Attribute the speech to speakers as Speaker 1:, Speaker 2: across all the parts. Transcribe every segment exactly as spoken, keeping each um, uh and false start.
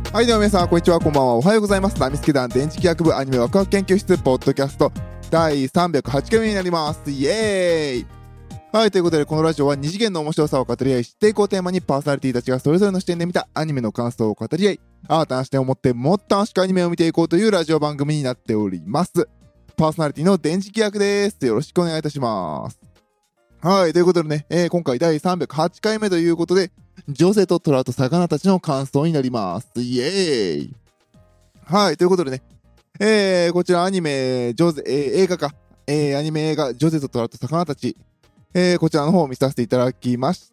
Speaker 1: はい、では皆さん、こんにちは、こんばんは、おはようございます。ナミスケ団電磁気学部アニメワクワク研究室ポッドキャストだいさんびゃくはちかいめになります。イエーイ。はい、ということで、このラジオは二次元の面白さを語り合い、知っていこうテーマにパーソナリティたちがそれぞれの視点で見たアニメの感想を語り合い、新たな視点を持ってもっと楽しくアニメを見ていこうというラジオ番組になっております。パーソナリティの電磁気学です。よろしくお願いいたします。はい、ということでね、えー、今回だいさんびゃくはちかいめということで、女性と虎と魚たちの感想になります。イエーイ。はい、ということでね、えー、こちらアニメ、ジョゼ、えー、映画か、えー、アニメ映画、ジョゼと虎と魚たち、えー、こちらの方を見させていただきました。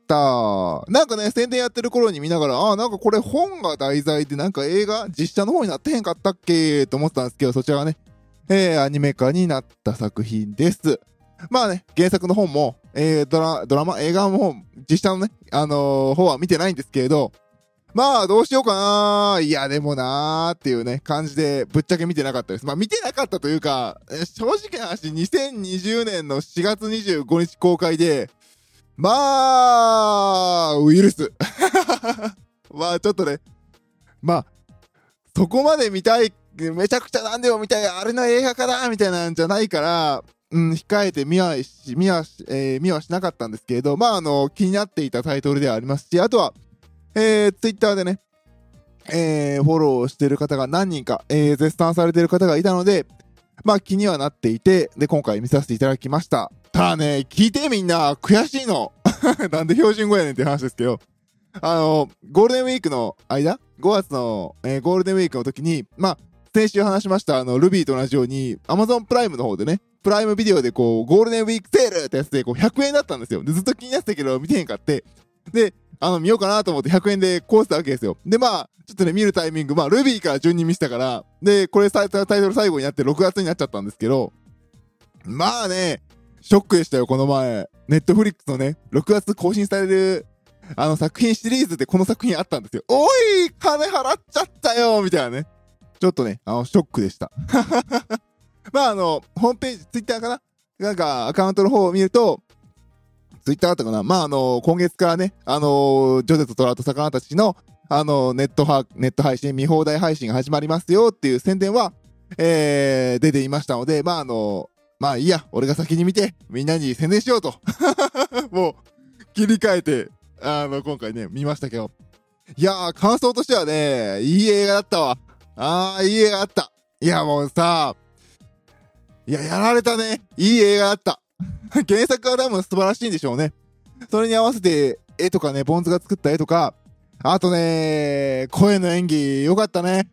Speaker 1: なんかね、宣伝やってる頃に見ながら、あー、なんかこれ本が題材で、なんか映画、実写の方になってへんかったっけと思ってたんですけど、そちらがね、えー、アニメ化になった作品です。まあね、原作の本も、えー、ドラ、ドラマ、映画の本、実写のね、あのー、方は見てないんですけれど、まあ、どうしようかなー。いや、でもなーっていうね、感じで、ぶっちゃけ見てなかったです。まあ、見てなかったというか、正直な話、にせんにじゅうねんのしがつにじゅうごにち公開で、まあ、ウイルス。まあ、ちょっとね、まあ、そこまで見たい、めちゃくちゃなんでも見たい、あれの映画かなみたいなんじゃないから、うん、控えて見はし、見はし、えー、見はしなかったんですけれど、まあ、あの、気になっていたタイトルではありますし、あとは、えー、ツイッターでね、えー、フォローしてる方が何人か、えー、絶賛されてる方がいたので、まあ気にはなっていて、で、今回見させていただきました。ただね、聞いてみんな、悔しいの。なんで標準語やねんって話ですけど、あの、ゴールデンウィークの間 ?ご 月の、えー、ゴールデンウィークの時に、まあ、先週話しました、あの、ルビーと同じように、Amazon プライムの方でね、プライムビデオでこう、ゴールデンウィークセールってやつで、こう、ひゃくえんだったんですよ。で、ずっと気になってたけど、見てへんかって。で、あの、見ようかなと思ってひゃくえんでこうしたわけですよ。で、まあ、ちょっとね、見るタイミング、まあ、ルビーから順に見せたから、で、これタイトル最後になってろくがつになっちゃったんですけど、まあね、ショックでしたよ、この前。ネットフリックスのね、ろくがつ更新される、あの作品シリーズでこの作品あったんですよ。おい金払っちゃったよみたいなね。ちょっとね、あの、ショックでした。まあ、あの、ホームページ、ツイッターかななんか、アカウントの方を見ると、ツイッターだったかなまあ、あの、今月からね、あの、ジョゼとトラと魚たちの、あの、ネットは、ネット配信、見放題配信が始まりますよっていう宣伝は、えー、出ていましたので、まあ、あの、まあいいや、俺が先に見て、みんなに宣伝しようと。もう、切り替えて、あの、今回ね、見ましたけど。いやー、感想としてはね、いい映画だったわ。あー、いい映画だった。いや、もうさ、いや、やられたね。いい映画だった。原作は多分素晴らしいんでしょうね。それに合わせて、絵とかね、ボンズが作った絵とか、あとね、声の演技、良かったね。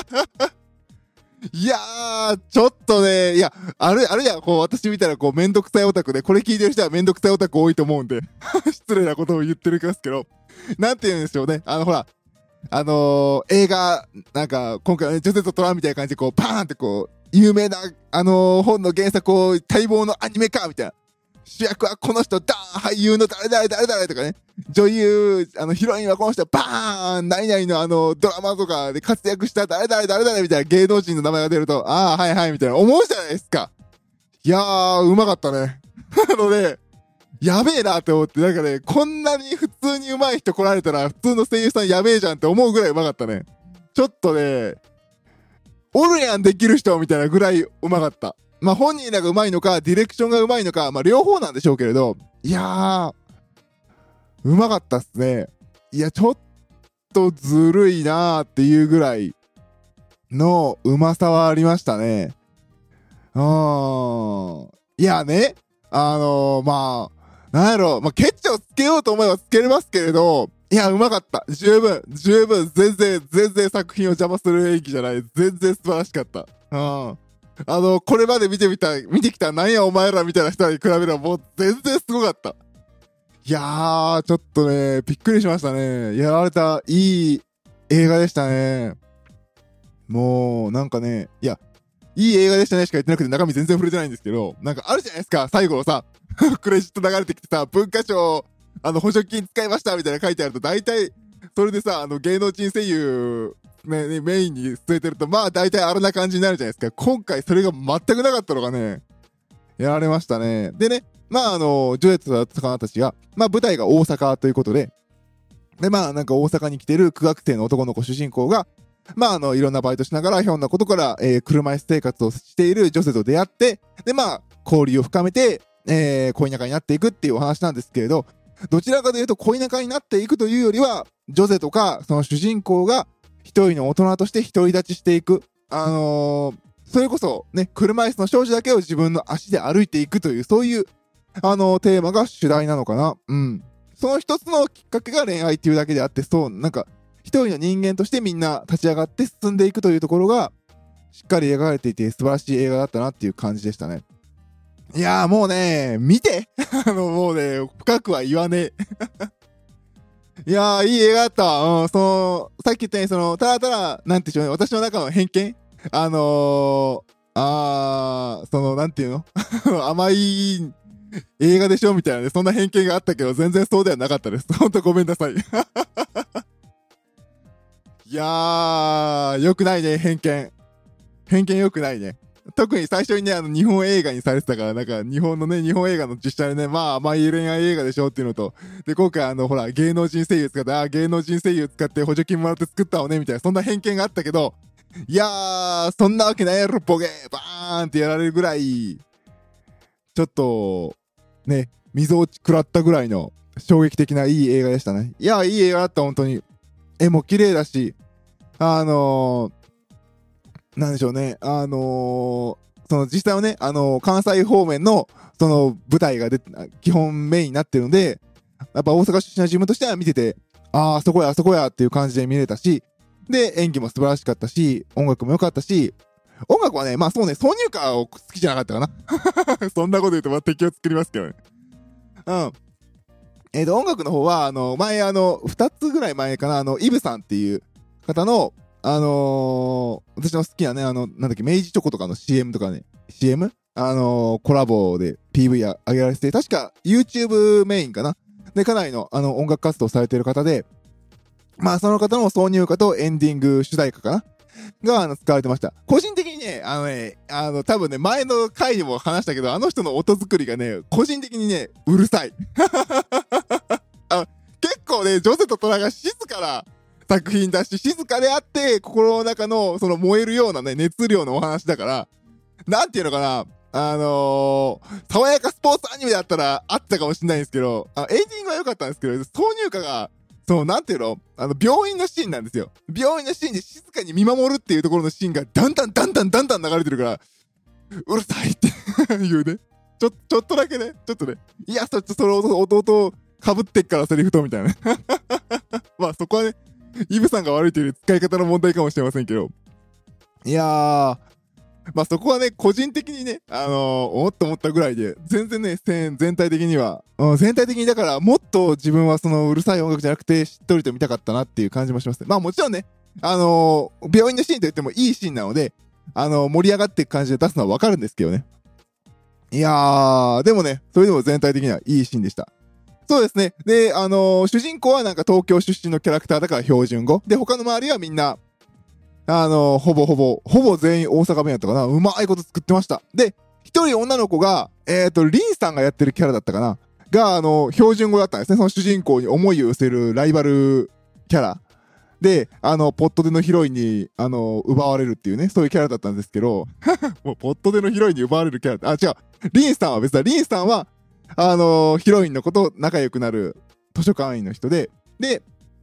Speaker 1: いやー、ちょっとね、いや、あれ、あれや、こう、私見たら、こう、めんどくさいオタクで、これ聞いてる人はめんどくさいオタク多いと思うんで、失礼なことを言ってるんですけど、なんて言うんでしょうね。あの、ほら、あのー、映画、なんか、今回はね、ジョゼとトラみたいな感じで、こう、パーンってこう、有名な、あのー、本の原作を待望のアニメ化みたいな。主役はこの人、ダーン俳優の誰々誰々とかね。女優、あの、ヒロインはこの人、バーン何々のあの、ドラマとかで活躍した誰々誰々みたいな芸能人の名前が出ると、ああ、はいはい、みたいな思うじゃないですか。いやー、うまかったね。なので、やべえなって思って、なんかね、こんなに普通に上手い人来られたら、普通の声優さんやべえじゃんって思うぐらいうまかったね。ちょっとね、おるやんできる人みたいなぐらいうまかった。まあ本人らが上手いのか、ディレクションが上手いのか、まあ両方なんでしょうけれど、いやー、うまかったっすね。いや、ちょっとずるいなーっていうぐらいのうまさはありましたね。うーん。いやね、あのー、まあ、なんやろ、まあ、ケチをつけようと思えばつけれますけれど、いや、うまかった。十分、十分、全然、全然作品を邪魔する演技じゃない。全然素晴らしかった。うん。あの、これまで見てみた、見てきたなんやお前らみたいな人に比べればもう全然すごかった。いやー、ちょっとね、びっくりしましたね。やられた、いい映画でしたね。もう、なんかね、いや、いい映画でしたねしか言ってなくて中身全然触れてないんですけど、なんかあるじゃないですか、最後のさ、クレジット流れてきてさ、文化庁、あの、補助金使いましたみたいな書いてあると、大体、それでさ、あの、芸能人声優、ね、メインに据えてると、まあ大体あれな感じになるじゃないですか。今回それが全くなかったのがね、やられましたね。でね、まああの、ジョエと魚たちが、まあ舞台が大阪ということで、でまあなんか大阪に来てる苦学生の男の子主人公が、 まあ、あの、いろんなバイトしながら、ひょんなことから、えー、車椅子生活をしている女性と出会って、で、まあ、交流を深めて、えー、恋仲になっていくっていうお話なんですけれど、どちらかというと恋仲になっていくというよりは、ジョゼとか、その主人公が、一人の大人として独り立ちしていく。あのー、それこそ、ね、車椅子の少女だけを自分の足で歩いていくという、そういう、あのー、テーマが主題なのかな。うん。その一つのきっかけが恋愛っていうだけであって、そう、なんか、一人の人間としてみんな立ち上がって進んでいくというところが、しっかり描かれていて素晴らしい映画だったなっていう感じでしたね。いやーもうね、見てあの、もうね、深くは言わねえ。いやー、いい映画だったわ。うん、その、さっき言ったように、その、ただただ、なんていうの、私の中の偏見あのー、あー、その、なんていうの甘い映画でしょみたいなね、そんな偏見があったけど、全然そうではなかったです。ほんとごめんなさい。いやー、良くないね、偏見。偏見良くないね。特に最初にね、あの、日本映画にされてたから、なんか、日本のね、日本映画の実写でね、まあ、甘い恋愛映画でしょっていうのと、で、今回あの、ほら、芸能人声優使って、あ、芸能人声優使って補助金もらって作ったのね、みたいな、そんな偏見があったけど、いやー、そんなわけないやろ、ボケーバーンってやられるぐらい、ちょっと、ね、溝落ち食らったぐらいの衝撃的ないい映画でしたね。いや、いい映画だった、本当に。絵も綺麗だし、あのー、なんでしょうね、あのー、その実際はね、あのー、関西方面の、その舞台がで基本メインになってるので、やっぱ大阪出身の自分としては見てて、あー、あそこや、あそこやっていう感じで見れたし、で、演技も素晴らしかったし、音楽も良かったし、音楽はね、まあそうね、挿入歌を好きじゃなかったかな。そんなこと言うとまあ敵を作りますけどね。うん。えっと、音楽の方は、あの、前、あの、二つぐらい前かな、あの、イブさんっていう方の、あのー、私の好きなね、あの、なんだっけ、明治チョコとかの シーエム とかね、シーエム? あのー、コラボで ピーブイ 上げられてて、確か YouTube メインかなで、かなりの、あの、音楽活動されている方で、まあ、その方の挿入歌とエンディング主題歌かなが、あの、使われてました。個人的にね、あのね、あの、多分ね、前の回にも話したけど、あの人の音作りがね、個人的にね、うるさい。あ結構ね、ジョゼとトラが静かな作品だし、静かであって、心の中の、その燃えるようなね、熱量のお話だから、なんていうのかな、あのー、爽やかスポーツアニメだったらあったかもしれないんですけど、あエンディングは良かったんですけど、挿入歌が、そう、なんていうのあの、病院のシーンなんですよ。病院のシーンで静かに見守るっていうところのシーンが、だんだんだんだんだんだん流れてるから、うるさいっていうね。ちょ、ちょっとだけね、ちょっとね。いや、そ、その弟かぶってっからセリフと、みたいな。まあ、そこはね、イブさんが悪いというより使い方の問題かもしれませんけど。いやー、まあそこはね、個人的にね、あのー、おっと思ったぐらいで、全然ね、全体的には、うん、全体的にだからもっと自分はそのうるさい音楽じゃなくて、しっとりと見たかったなっていう感じもします。まあもちろんね、あのー、病院のシーンといってもいいシーンなので、あのー、盛り上がっていく感じで出すのはわかるんですけどね。いやー、でもね、それでも全体的にはいいシーンでした。そうですね。で、あのー、主人公はなんか東京出身のキャラクターだから標準語。で、他の周りはみんな、あのー、ほぼほぼ、ほぼ全員大阪弁やったかな。うまいこと作ってました。で、一人女の子が、えっと、リンさんがやってるキャラだったかな。が、あのー、標準語だったんですね。その主人公に思いを寄せるライバルキャラ。で、あの、ポットでのヒロインに、あのー、奪われるっていうね、そういうキャラだったんですけど、もう、ポットでのヒロインに奪われるキャラ、あ、違う。リンさんは別だ。リンさんは、あのー、ヒロインの子と仲良くなる図書館員の人で、で、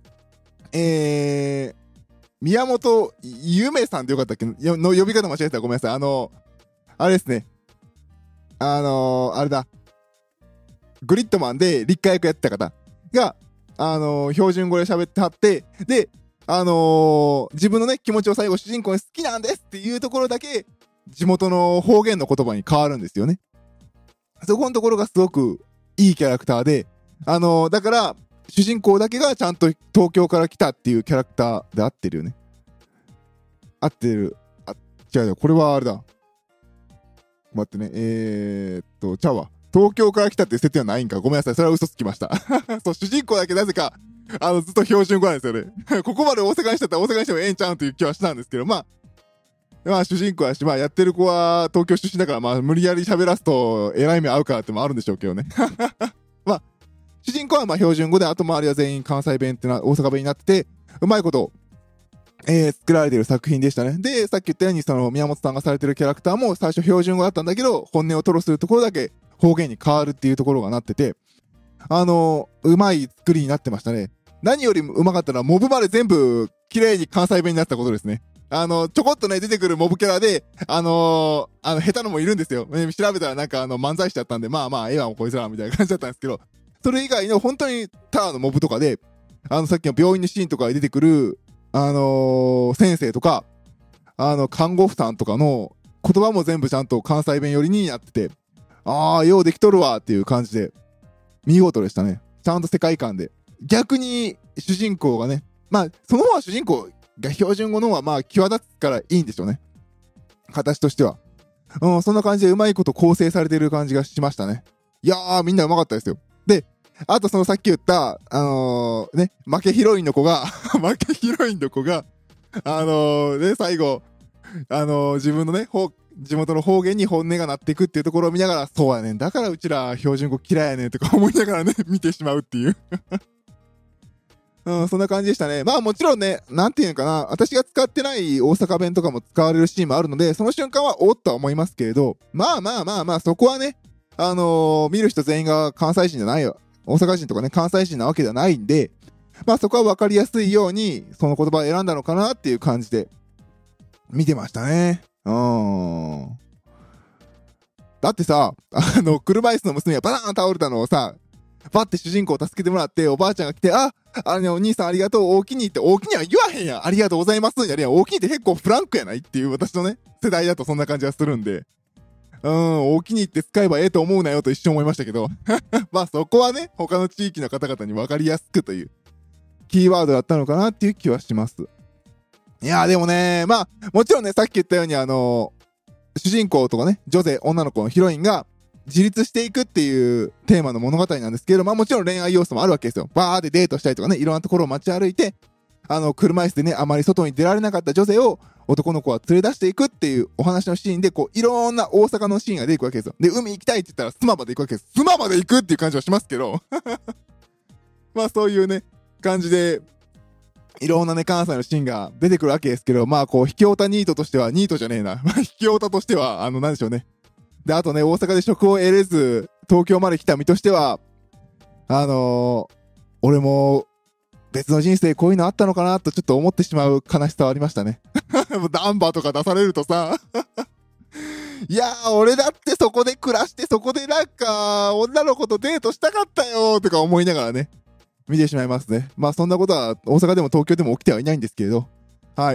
Speaker 1: えー、宮本ゆめさんってよかったっけの呼び方間違えてたらごめんなさい。あのー、あれですね。あのー、あれだ。グリッドマンで立花役やってた方が、あのー、標準語で喋ってはって、で、あのー、自分のね、気持ちを最後主人公に好きなんですっていうところだけ、地元の方言の言葉に変わるんですよね。そこのところがすごくいいキャラクターで、あのー、だから、主人公だけがちゃんと東京から来たっていうキャラクターで合ってるよね。合ってる。あ、違うよ。これはあれだ。待ってね。えー、っと、ちゃうわ。東京から来たっていう設定はないんか。ごめんなさい。それは嘘つきました。そう、主人公だけなぜか、あの、ずっと標準語なんですよね。ここまで大阪にしたったら大阪にしてもええんちゃうんっていう気はしたんですけど、まあ、まあ主人公やし、まあやってる子は東京出身だから、まあ無理やり喋らすとえらい目合うからってもあるんでしょうけどね。まあ、主人公はまあ標準語で、あと周りは全員関西弁ってな、大阪弁になってて、うまいこと、 えー、作られている作品でしたね。で、さっき言ったように、その、宮本さんがされてるキャラクターも最初標準語だったんだけど、本音を吐露するところだけ方言に変わるっていうところがなってて、あのー、うまい作りになってましたね。何よりもうまかったのは、モブまで全部、綺麗に関西弁になったことですね。あの、ちょこっとね、出てくるモブキャラで、あのー、あの、下手のもいるんですよ。調べたらなんかあの、漫才師だったんで、まあまあ、ええわ、もうこいつら、みたいな感じだったんですけど、それ以外の本当にターのモブとかで、あの、さっきの病院のシーンとかで出てくる、あのー、先生とか、あの、看護婦さんとかの言葉も全部ちゃんと関西弁寄りになってて、あー、ようできとるわっていう感じで、見事でしたね。ちゃんと世界観で。逆に、主人公がね、まあ、その方は主人公が標準語の方はまあ、際立つからいいんでしょうね。形としては。うん、そんな感じでうまいこと構成されてる感じがしましたね。いやー、みんなうまかったですよ。で、あとそのさっき言った、あのー、ね、負けヒロインの子が、負けヒロインの子が、あのー、ね、最後、あのー、自分のね、地元の方言に本音がなっていくっていうところを見ながら、そうやねん、だからうちら標準語嫌いやねんとか思いながらね、見てしまうっていう。うん、そんな感じでしたね。まあもちろんね、なんていうのかな、私が使ってない大阪弁とかも使われるシーンもあるので、その瞬間はおっとは思いますけれど、まあまあまあまあ、そこはね、あのー、見る人全員が関西人じゃないよ。大阪人とかね、関西人なわけではないんで、まあそこは分かりやすいように、その言葉を選んだのかなっていう感じで、見てましたね。うーん。だってさ、あの、車椅子の娘がバターン倒れたのをさ、バッて主人公を助けてもらって、おばあちゃんが来て、あ、あの、お兄さんありがとう、大きにって、大きには言わへんやん、ありがとうございますやりや、大きにって結構フランクやないっていう私のね、世代だとそんな感じがするんで、うん、大きにって使えばええと思うなよと一瞬思いましたけど、まあそこはね、他の地域の方々に分かりやすくという、キーワードだったのかなっていう気はします。いやーでもね、まあ、もちろんね、さっき言ったようにあのー、主人公とかね、女性、女の子のヒロインが、自立していくっていうテーマの物語なんですけど、まあもちろん恋愛要素もあるわけですよ。バーでデートしたりとかね、いろんなところを街歩いて、あの、車椅子でね、あまり外に出られなかった女性を男の子は連れ出していくっていうお話のシーンで、こう、いろんな大阪のシーンが出てくるわけですよ。で、海行きたいって言ったらスマまで行くわけです。スマまで行くっていう感じはしますけど、まあそういうね、感じで、いろんなね、関西のシーンが出てくるわけですけど、まあこう、秘境オタニートとしては、ニートじゃねえな。秘境オタとしては、あの、なんでしょうね。で、あとね、大阪で職を得れず、東京まで来た身としては、あのー、俺も、別の人生こういうのあったのかなとちょっと思ってしまう悲しさはありましたね。ダンバーとか出されるとさ、いやー、俺だってそこで暮らして、そこでなんか、女の子とデートしたかったよーとか思いながらね、見てしまいますね。まあそんなことは大阪でも東京でも起きてはいないんですけれど、はい。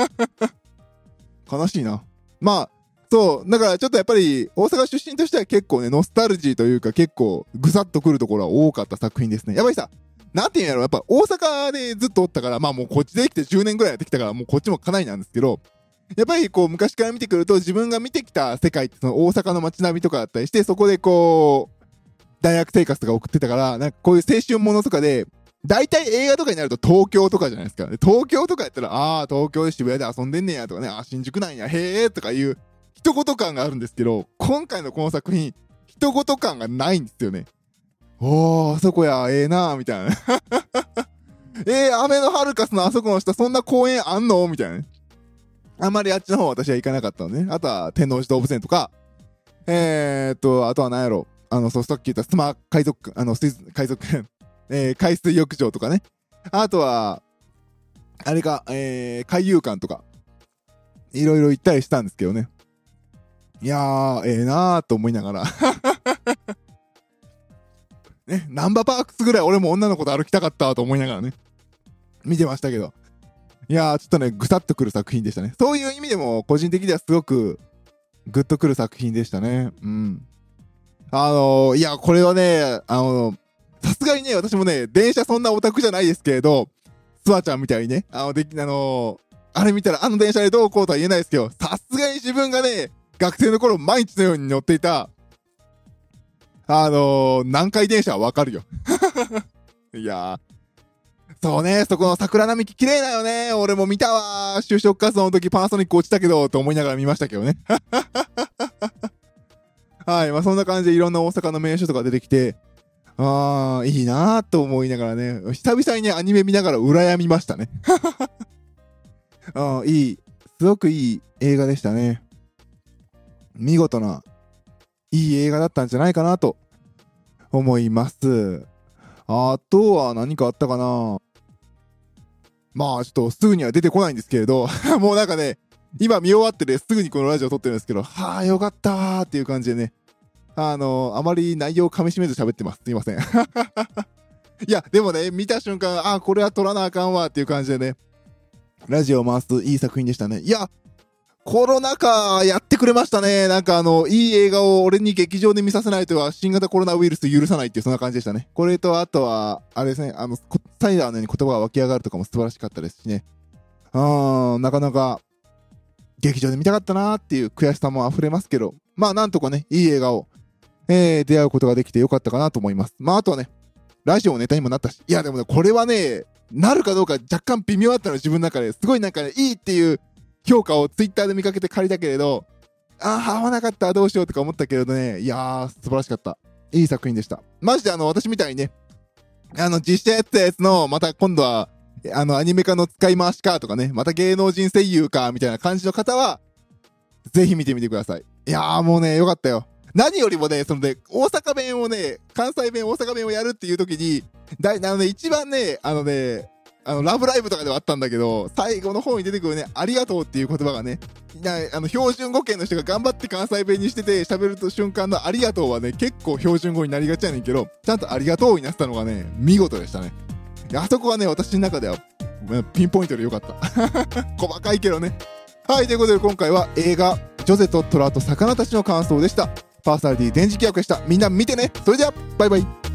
Speaker 1: 悲しいな。まあ、そう、だからちょっとやっぱり大阪出身としては結構ね、ノスタルジーというか結構ぐさっとくるところは多かった作品ですね。やっぱりさ、なんていうんやろ、やっぱ大阪でずっとおったから、まあもうこっちで生きてじゅうねんぐらいやってきたから、もうこっちもかなりなんですけど、やっぱりこう昔から見てくると自分が見てきた世界ってその大阪の街並みとかだったりして、そこでこう、大学生活とか送ってたから、なんかこういう青春ものとかで、大体映画とかになると東京とかじゃないですか。で東京とかやったら、ああ、東京で渋谷で遊んでんねやとかね、あ、新宿なんや、へえとかいう一言感があるんですけど、今回のこの作品、一言感がないんですよね。おー、あそこや、ええなーみたいな。えー、アベノハルカスのあそこの下、そんな公園あんのみたいなね。あんまりあっちの方私は行かなかったのね。あとは天王寺動物園とか、えーっと、あとは何やろ。あの、そう、さっき言ったスマ海賊、あの、水、海賊園、えー、海水浴場とかね。あとは、あれか、えー、海遊館とか、いろいろ行ったりしたんですけどね。いやー、ええー、なーと思いながら。ね、ナンバーパークスぐらい俺も女の子と歩きたかったと思いながらね、見てましたけど。いやー、ちょっとね、ぐさっとくる作品でしたね。そういう意味でも、個人的にはすごく、グッとくる作品でしたね。うん。あのー、いや、これはね、あのー、さすがにね、私もね、電車そんなオタクじゃないですけれど、スワちゃんみたいにね、あの、でき、あのー、あれ見たらあの電車でどうこうとは言えないですけど、さすがに自分がね、学生の頃毎日のように乗っていた、あのー、南海電車はわかるよ。いやー、そうね、そこの桜並木綺麗だよね。俺も見たわ。就職活動の時パナソニック落ちたけど、と思いながら見ましたけどね。はい、まあそんな感じでいろんな大阪の名所とか出てきて、あー、いいなーと思いながらね、久々にね、アニメ見ながら羨みましたね。 うん、いい、すごくいい映画でしたね。見事ないい映画だったんじゃないかなと思います。あとは何かあったかな。まあちょっとすぐには出てこないんですけれどもうなんかね、今見終わってね、すぐにこのラジオ撮ってるんですけど、はあよかったーっていう感じでね、あのー、あまり内容をかみしめず喋ってます。すいませんいやでもね、見た瞬間、あーこれは撮らなあかんわっていう感じでね、ラジオを回すいい作品でしたね。いやコロナ禍やってくれましたね。なんかあの、いい映画を俺に劇場で見させないとは新型コロナウイルス許さないっていうそんな感じでしたね。これとあとは、あれですね、あの、サイダーのように言葉が湧き上がるとかも素晴らしかったですしね。あー、なかなか劇場で見たかったなーっていう悔しさも溢れますけど、まあなんとかね、いい映画を、えー、出会うことができてよかったかなと思います。まああとはね、ラジオのネタにもなったし、いやでもね、これはね、なるかどうか若干微妙だったの自分の中ですごいなんかね、いいっていう評価をツイッターで見かけて借りたけれど、あー合わなかったどうしようとか思ったけれどね、いやー素晴らしかった。いい作品でした。マジであの私みたいにね、あの実写やったやつのまた今度はあのアニメ化の使い回しかとかね、また芸能人声優かみたいな感じの方はぜひ見てみてください。いやーもうねよかったよ。何よりもね、そのね、大阪弁をね、関西弁、大阪弁をやるっていう時に、だい、あのね、一番ね、あのね、あの、ラブライブとかではあったんだけど、最後の方に出てくるね、ありがとうっていう言葉がね、なあの、標準語圏の人が頑張って関西弁にしてて喋ると瞬間のありがとうはね、結構標準語になりがちやねんけど、ちゃんとありがとうになったのがね、見事でしたね。あそこはね、私の中では、ピンポイントでよかった。細かいけどね。はい、ということで今回は映画、ジョゼと虎と魚たちの感想でした。パーソナリティ電磁気役でした。みんな見てね。それではバイバイ。